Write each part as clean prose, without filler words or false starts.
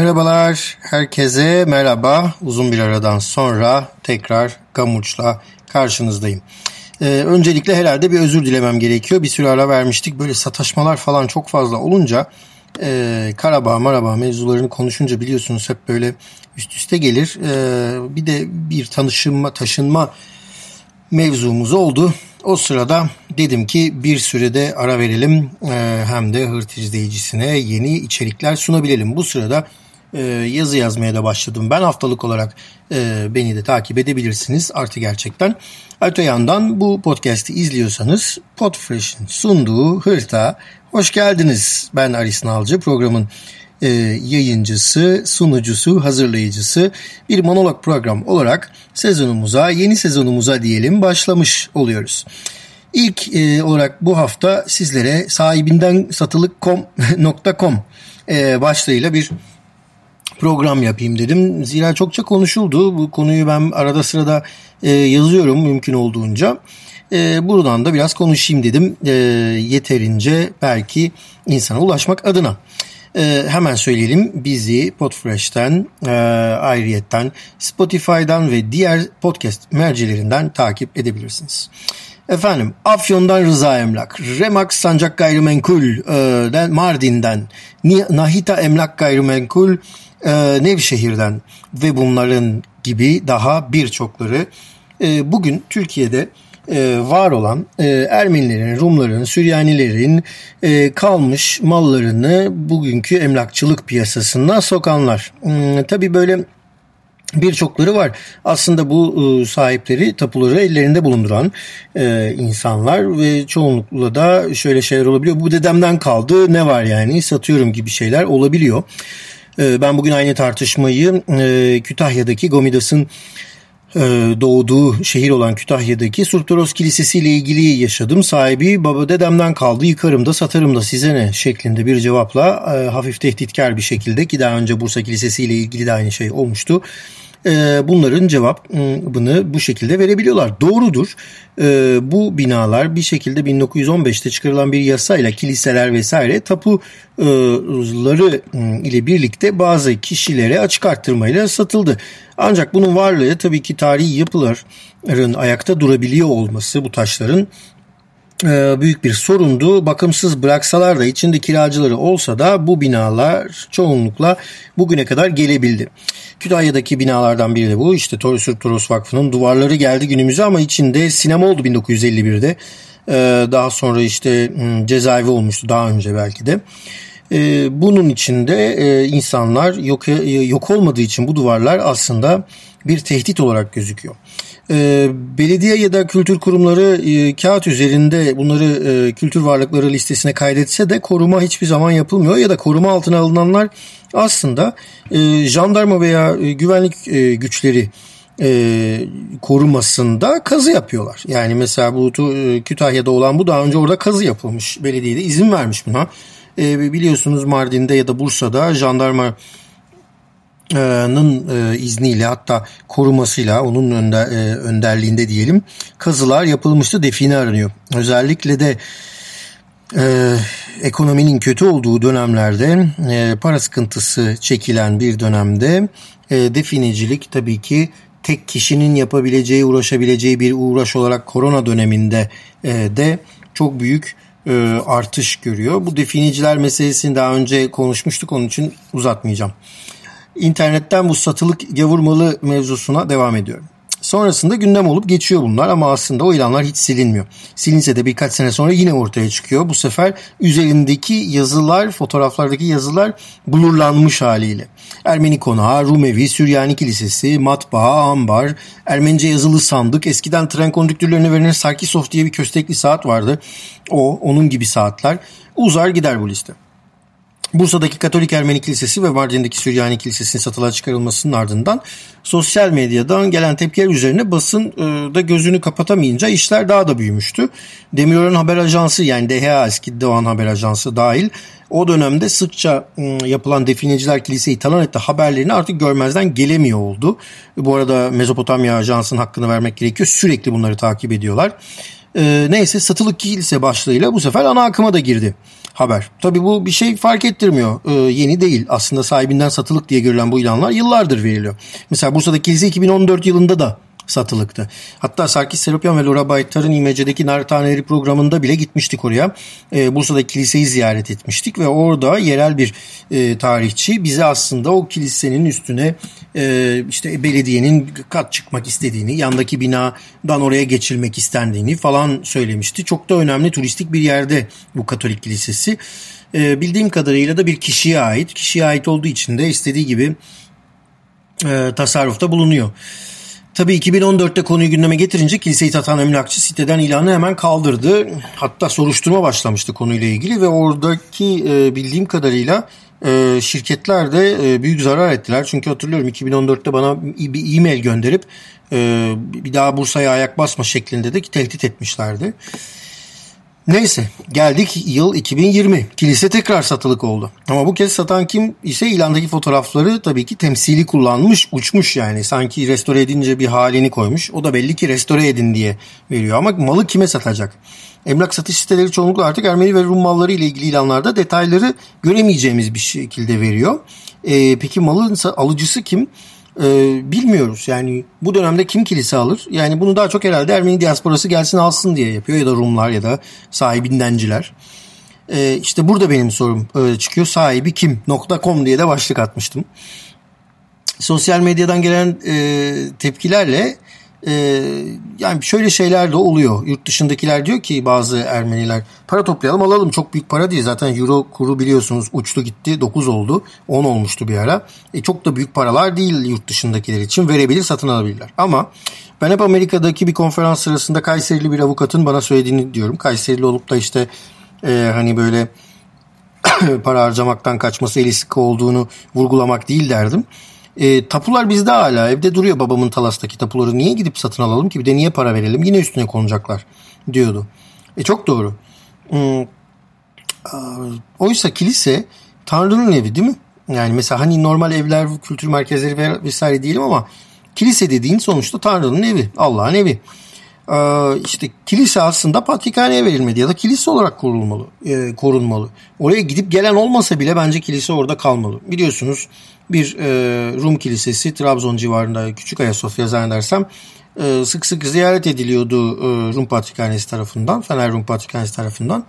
Merhabalar, herkese merhaba. Uzun bir aradan sonra tekrar Gamuç'la karşınızdayım. Öncelikle herhalde bir özür dilemem gerekiyor. Bir süre ara vermiştik. Böyle sataşmalar falan çok fazla olunca Karabağ mevzularını konuşunca biliyorsunuz hep böyle üst üste gelir. Bir de bir taşınma mevzumuz oldu. O sırada dedim ki bir sürede ara verelim, hem de Hırt izleyicisine yeni içerikler sunabilelim. Bu sırada yazı yazmaya da başladım. Ben haftalık olarak beni de takip edebilirsiniz artı gerçekten. Öte yandan bu podcast'i izliyorsanız Podfresh'in sunduğu Hırt'a hoş geldiniz. Ben Aris Nalcı, programın yayıncısı, sunucusu, hazırlayıcısı. Bir monolog program olarak yeni sezonumuza diyelim başlamış oluyoruz. İlk olarak bu hafta sizlere sahibindensatılık.com başlığıyla bir program yapayım dedim. Zira çokça konuşuldu. Bu konuyu ben arada sırada yazıyorum mümkün olduğunca. Buradan da biraz konuşayım dedim. Yeterince belki insana ulaşmak adına. Hemen söyleyelim, bizi Podfresh'ten, ayrıyetten Spotify'dan ve diğer podcast mercilerinden takip edebilirsiniz. Efendim, Afyon'dan Rıza Emlak, Remax Sancak Gayrimenkul'den Mardin'den, Nahita Emlak Gayrimenkul Nevşehir'den ve bunların gibi daha birçokları bugün Türkiye'de var olan Ermenilerin, Rumların, Süryanilerin kalmış mallarını bugünkü emlakçılık piyasasına sokanlar. Tabii böyle birçokları var. Aslında bu sahipleri tapuları ellerinde bulunduran insanlar ve çoğunlukla da şöyle şeyler olabiliyor. Bu dedemden kaldı, ne var yani, satıyorum gibi şeyler olabiliyor. Ben bugün aynı tartışmayı Kütahya'daki Gomidas'ın doğduğu şehir olan Kütahya'daki Surptoros Kilisesi ile ilgili yaşadım. Sahibi baba dedemden kaldı, yıkarım da satarım da size ne şeklinde bir cevapla hafif tehditkar bir şekilde, ki daha önce Bursa Kilisesi ile ilgili de aynı şey olmuştu. Bunların cevabını bu şekilde verebiliyorlar. Doğrudur. Bu binalar bir şekilde 1915'te çıkarılan bir yasayla kiliseler vesaire tapuları ile birlikte bazı kişilere açık arttırmayla satıldı. Ancak bunun varlığı tabii ki tarihi yapıların ayakta durabiliyor olması, bu taşların büyük bir sorundu. Bakımsız bıraksalar da, içinde kiracıları olsa da bu binalar çoğunlukla bugüne kadar gelebildi. Kütahya'daki binalardan biri de bu. İşte Toros Vakfı'nın duvarları geldi günümüze ama içinde sinema oldu 1951'de. Daha sonra işte cezaevi olmuştu daha önce belki de. Bunun içinde insanlar yok olmadığı için bu duvarlar aslında bir tehdit olarak gözüküyor. Belediye ya da kültür kurumları kağıt üzerinde bunları kültür varlıkları listesine kaydetse de koruma hiçbir zaman yapılmıyor ya da koruma altına alınanlar aslında jandarma veya güvenlik güçleri korumasında kazı yapıyorlar. Yani mesela bu Kütahya'da olan bu, daha önce orada kazı yapılmış. Belediye de izin vermiş buna. Biliyorsunuz Mardin'de ya da Bursa'da jandarmanın izniyle, hatta korumasıyla, onun önderliğinde diyelim, kazılar yapılmıştı, define aranıyor. Özellikle de ekonominin kötü olduğu dönemlerde, para sıkıntısı çekilen bir dönemde definecilik tabii ki tek kişinin yapabileceği, uğraşabileceği bir uğraş olarak korona döneminde de çok büyük artış görüyor. Bu defineciler meselesini daha önce konuşmuştuk, onun için uzatmayacağım. İnternetten bu satılık gavur malı mevzusuna devam ediyorum. Sonrasında gündem olup geçiyor bunlar ama aslında o ilanlar hiç silinmiyor. Silinse de birkaç sene sonra yine ortaya çıkıyor. Bu sefer üzerindeki yazılar, fotoğraflardaki yazılar blurlanmış haliyle. Ermeni konağı, Rum evi, Süryani kilisesi, matbaa, ambar, Ermenice yazılı sandık, eskiden tren kondüktörlerine verilen Sarkisov diye bir köstekli saat vardı. Onun gibi saatler. Uzar gider bu liste. Bursa'daki Katolik Ermeni Kilisesi ve Mardin'deki Süryani Kilisesi'nin satılığa çıkarılmasının ardından sosyal medyadan gelen tepkiler üzerine basın da gözünü kapatamayınca işler daha da büyümüştü. Demirören Haber Ajansı, yani DHA, eski Doğan Haber Ajansı dahil, o dönemde sıkça yapılan defineciler kiliseyi talan etti haberlerini artık görmezden gelemiyor oldu. Bu arada Mezopotamya Ajansı'nın hakkını vermek gerekiyor. Sürekli bunları takip ediyorlar. Neyse satılık kilise başlığıyla bu sefer ana akıma da girdi haber. Tabii bu bir şey fark ettirmiyor. Yeni değil. Aslında sahibinden satılık diye görülen bu ilanlar yıllardır veriliyor. Mesela Bursa'daki kilise 2014 yılında da satılıktı. Hatta Sarkis Seropyan ve Laura Baytar'ın İMC'deki Nar Taneleri programında bile gitmiştik oraya. Bursa'daki kiliseyi ziyaret etmiştik ve orada yerel bir tarihçi bize aslında o kilisenin üstüne işte belediyenin kat çıkmak istediğini, yandaki binadan oraya geçilmek istendiğini falan söylemişti. Çok da önemli turistik bir yerde bu Katolik kilisesi. Bildiğim kadarıyla da bir kişiye ait. Kişiye ait olduğu için de istediği gibi tasarrufta bulunuyor. Tabii 2014'te konuyu gündeme getirince kiliseyi satan emlakçı siteden ilanı hemen kaldırdı. Hatta soruşturma başlamıştı konuyla ilgili ve oradaki bildiğim kadarıyla şirketler de büyük zarar ettiler. Çünkü hatırlıyorum 2014'te bana bir e-mail gönderip bir daha Bursa'ya ayak basma şeklinde de tehdit etmişlerdi. Neyse geldik yıl 2020. Kilise tekrar satılık oldu. Ama bu kez satan kim ise ilandaki fotoğrafları tabii ki temsili kullanmış, uçmuş yani. Sanki restore edince bir halini koymuş. O da belli ki restore edin diye veriyor. Ama malı kime satacak? Emlak satış siteleri çoğunlukla artık Ermeni ve Rum malları ile ilgili ilanlarda detayları göremeyeceğimiz bir şekilde veriyor. Peki malın alıcısı kim? Bilmiyoruz. Yani bu dönemde kim kilise alır? Yani bunu daha çok herhalde Ermeni diasporası gelsin alsın diye yapıyor ya da Rumlar ya da sahibindenciler. İşte burada benim sorum çıkıyor. Sahibi kim.com diye de başlık atmıştım. Sosyal medyadan gelen tepkilerle yani şöyle şeyler de oluyor. Yurt dışındakiler diyor ki bazı Ermeniler para toplayalım alalım, çok büyük para değil. Zaten euro kuru biliyorsunuz uçtu gitti, 9 oldu, 10 olmuştu bir ara. Çok da büyük paralar değil yurt dışındakiler için, verebilir, satın alabilirler. Ama ben hep Amerika'daki bir konferans sırasında Kayserili bir avukatın bana söylediğini diyorum. Kayserili olup da işte hani böyle para harcamaktan kaçması, eli sıkı olduğunu vurgulamak değil derdim. Tapular bizde hala evde duruyor, babamın Talas'taki tapuları niye gidip satın alalım ki, bir de niye para verelim, yine üstüne konacaklar diyordu. Çok doğru. Oysa kilise Tanrı'nın evi değil mi? Yani mesela hani normal evler, kültür merkezleri vesaire diyelim ama kilise dediğin sonuçta Tanrı'nın evi, Allah'ın evi. İşte kilise aslında patrikhaneye verilmedi ya da kilise olarak korunmalı. Oraya gidip gelen olmasa bile bence kilise orada kalmalı. Biliyorsunuz bir Rum kilisesi Trabzon civarında, Küçük Ayasofya zannedersem, sık sık ziyaret ediliyordu Rum Patrikhanesi tarafından, Fener Rum Patrikhanesi tarafından.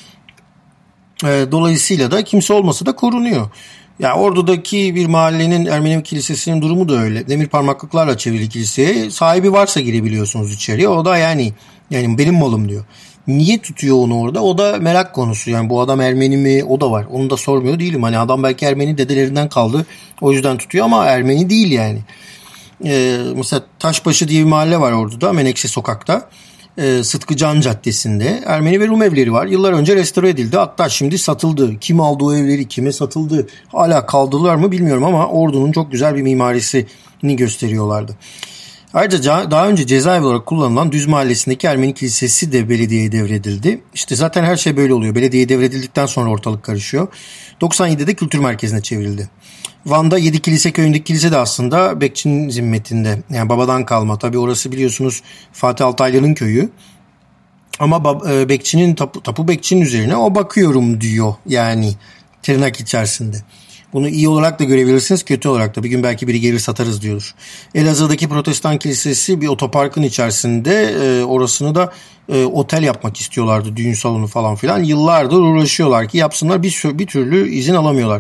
Dolayısıyla da kimse olmasa da korunuyor. Ya Ordu'daki bir mahallenin Ermeni kilisesinin durumu da öyle. Demir parmaklıklarla çevrili kiliseye sahibi varsa girebiliyorsunuz içeriye. O da yani benim malım diyor. Niye tutuyor onu orada? O da merak konusu. Yani bu adam Ermeni mi? O da var. Onu da sormuyor değilim. Hani adam belki Ermeni dedelerinden kaldı. O yüzden tutuyor ama Ermeni değil yani. Mesela Taşbaşı diye bir mahalle var Ordu'da, Menekşe Sokak'ta. Sıtkı Can Caddesi'nde Ermeni ve Rum evleri var. Yıllar önce restore edildi. Hatta şimdi satıldı. Kim aldı o evleri, kime satıldı, hala kaldılar mı bilmiyorum ama Ordu'nun çok güzel bir mimarisini gösteriyorlardı. Ayrıca daha önce cezaevi olarak kullanılan Düz Mahallesi'ndeki Ermeni Kilisesi de belediyeye devredildi. İşte zaten her şey böyle oluyor. Belediyeye devredildikten sonra ortalık karışıyor. 97'de kültür merkezine çevrildi. Van'da Yedi Kilise köyündeki kilise de aslında bekçinin zimmetinde. Yani babadan kalma. Tabii orası biliyorsunuz Fatih Altaylı'nın köyü. Ama bekçinin tapu bekçinin üzerine o bakıyorum diyor yani tırnak içerisinde. Bunu iyi olarak da görebilirsiniz, kötü olarak da. Bir gün belki biri gelir satarız diyordur. Elazığ'daki Protestan Kilisesi bir otoparkın içerisinde, orasını da otel yapmak istiyorlardı. Düğün salonu falan filan. Yıllardır uğraşıyorlar ki yapsınlar, bir türlü izin alamıyorlar.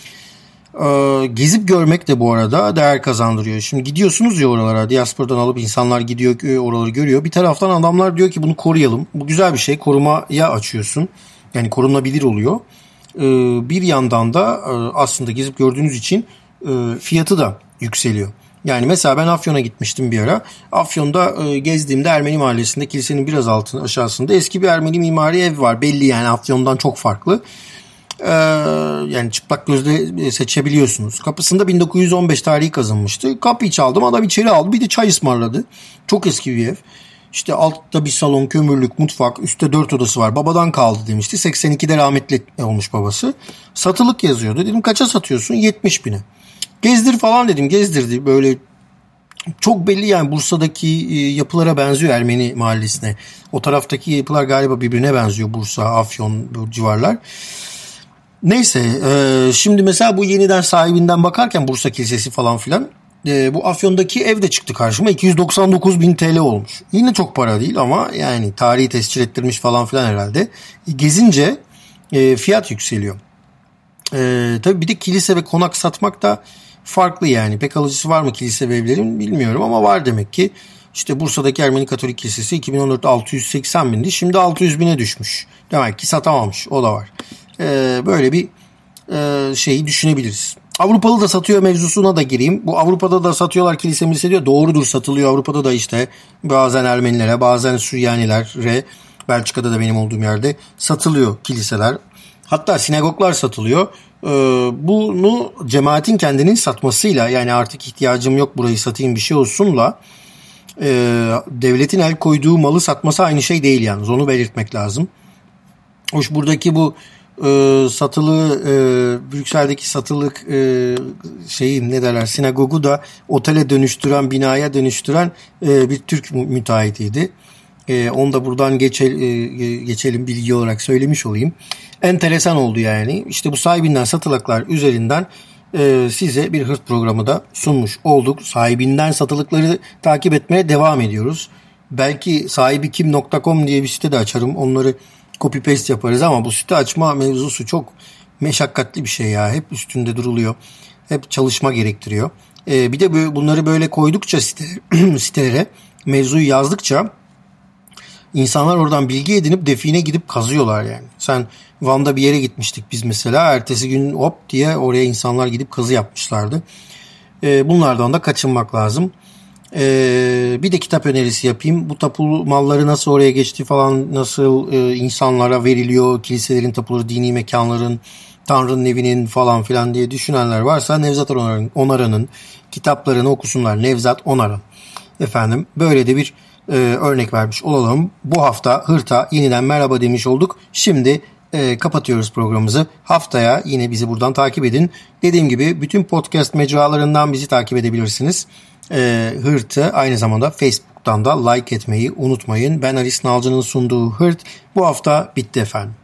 Gezip görmek de bu arada değer kazandırıyor. Şimdi gidiyorsunuz ya oralara, diasporadan alıp insanlar gidiyor, oraları görüyor. Bir taraftan adamlar diyor ki bunu koruyalım. Bu güzel bir şey, korumaya açıyorsun. Yani korunabilir oluyor. Bir yandan da aslında gezip gördüğünüz için fiyatı da yükseliyor. Yani mesela ben Afyon'a gitmiştim bir ara. Afyon'da gezdiğimde Ermeni mahallesinde kilisenin biraz aşağısında eski bir Ermeni mimari ev var. Belli yani Afyon'dan çok farklı. Yani çıplak gözle seçebiliyorsunuz. Kapısında 1915 tarihi kazınmıştı. Kapıyı çaldım, adam içeri aldı, bir de çay ısmarladı. Çok eski bir ev. İşte altta bir salon, kömürlük, mutfak, üstte 4 odası var. Babadan kaldı demişti. 82'de rahmetli olmuş babası. Satılık yazıyordu. Dedim kaça satıyorsun? 70.000'e. Gezdir falan dedim. Gezdirdi. Böyle Çok belli yani Bursa'daki yapılara benziyor, Ermeni mahallesine. O taraftaki yapılar galiba birbirine benziyor, Bursa, Afyon bu civarlar. Neyse şimdi mesela bu yeniden sahibinden bakarken Bursa Kilisesi falan filan bu Afyon'daki ev de çıktı karşıma, 299.000 TL olmuş. Yine çok para değil ama yani tarihi tescil ettirmiş falan filan herhalde. Gezince fiyat yükseliyor. Tabii bir de kilise ve konak satmak da farklı yani. Pek alıcısı var mı kilise ve evlerin bilmiyorum ama var demek ki. İşte Bursa'daki Ermeni Katolik Kilisesi 2014'te 680 bindi. Şimdi 600 bine düşmüş. Demek ki satamamış. O da var. Böyle bir şeyi düşünebiliriz. Avrupalı da satıyor mevzusuna da gireyim. Bu Avrupa'da da satıyorlar kilise milise diyor. Doğrudur, satılıyor. Avrupa'da da işte bazen Ermenilere, bazen Süryanilere, Belçika'da da benim olduğum yerde satılıyor kiliseler. Hatta sinagoglar satılıyor. Bunu cemaatin kendinin satmasıyla, yani artık ihtiyacım yok burayı satayım bir şey olsunla devletin el koyduğu malı satması aynı şey değil yalnız. Onu belirtmek lazım. Hoş buradaki bu satılı Brüksel'deki satılık şeyi ne derler, sinagogu da otele dönüştüren, binaya dönüştüren bir Türk müteahhitiydi. Onu da buradan geçelim bilgi olarak söylemiş olayım. Enteresan oldu yani. İşte bu sahibinden satılıklar üzerinden size bir hırt programı da sunmuş olduk. Sahibinden satılıkları takip etmeye devam ediyoruz. Belki sahibikim.com diye bir site de açarım. Onları copy paste yaparız ama bu site açma mevzusu çok meşakkatli bir şey ya. Hep üstünde duruluyor. Hep çalışma gerektiriyor. Bir de bunları böyle koydukça sitelere mevzuyu yazdıkça İnsanlar oradan bilgi edinip define gidip kazıyorlar yani. Sen Van'da bir yere gitmiştik biz mesela. Ertesi gün hop diye oraya insanlar gidip kazı yapmışlardı. Bunlardan da kaçınmak lazım. Bir de kitap önerisi yapayım. Bu tapu malları nasıl oraya geçti falan, nasıl insanlara veriliyor, kiliselerin tapuları, dini mekanların, Tanrı'nın evinin falan filan diye düşünenler varsa Nevzat Onaran'ın kitaplarını okusunlar. Nevzat Onaran. Efendim böyle de bir örnek vermiş olalım. Bu hafta Hırt'a yeniden merhaba demiş olduk. Şimdi kapatıyoruz programımızı. Haftaya yine bizi buradan takip edin. Dediğim gibi bütün podcast mecralarından bizi takip edebilirsiniz. Hırt'ı aynı zamanda Facebook'tan da like etmeyi unutmayın. Ben Aris Nalcı'nın sunduğu Hırt bu hafta bitti efendim.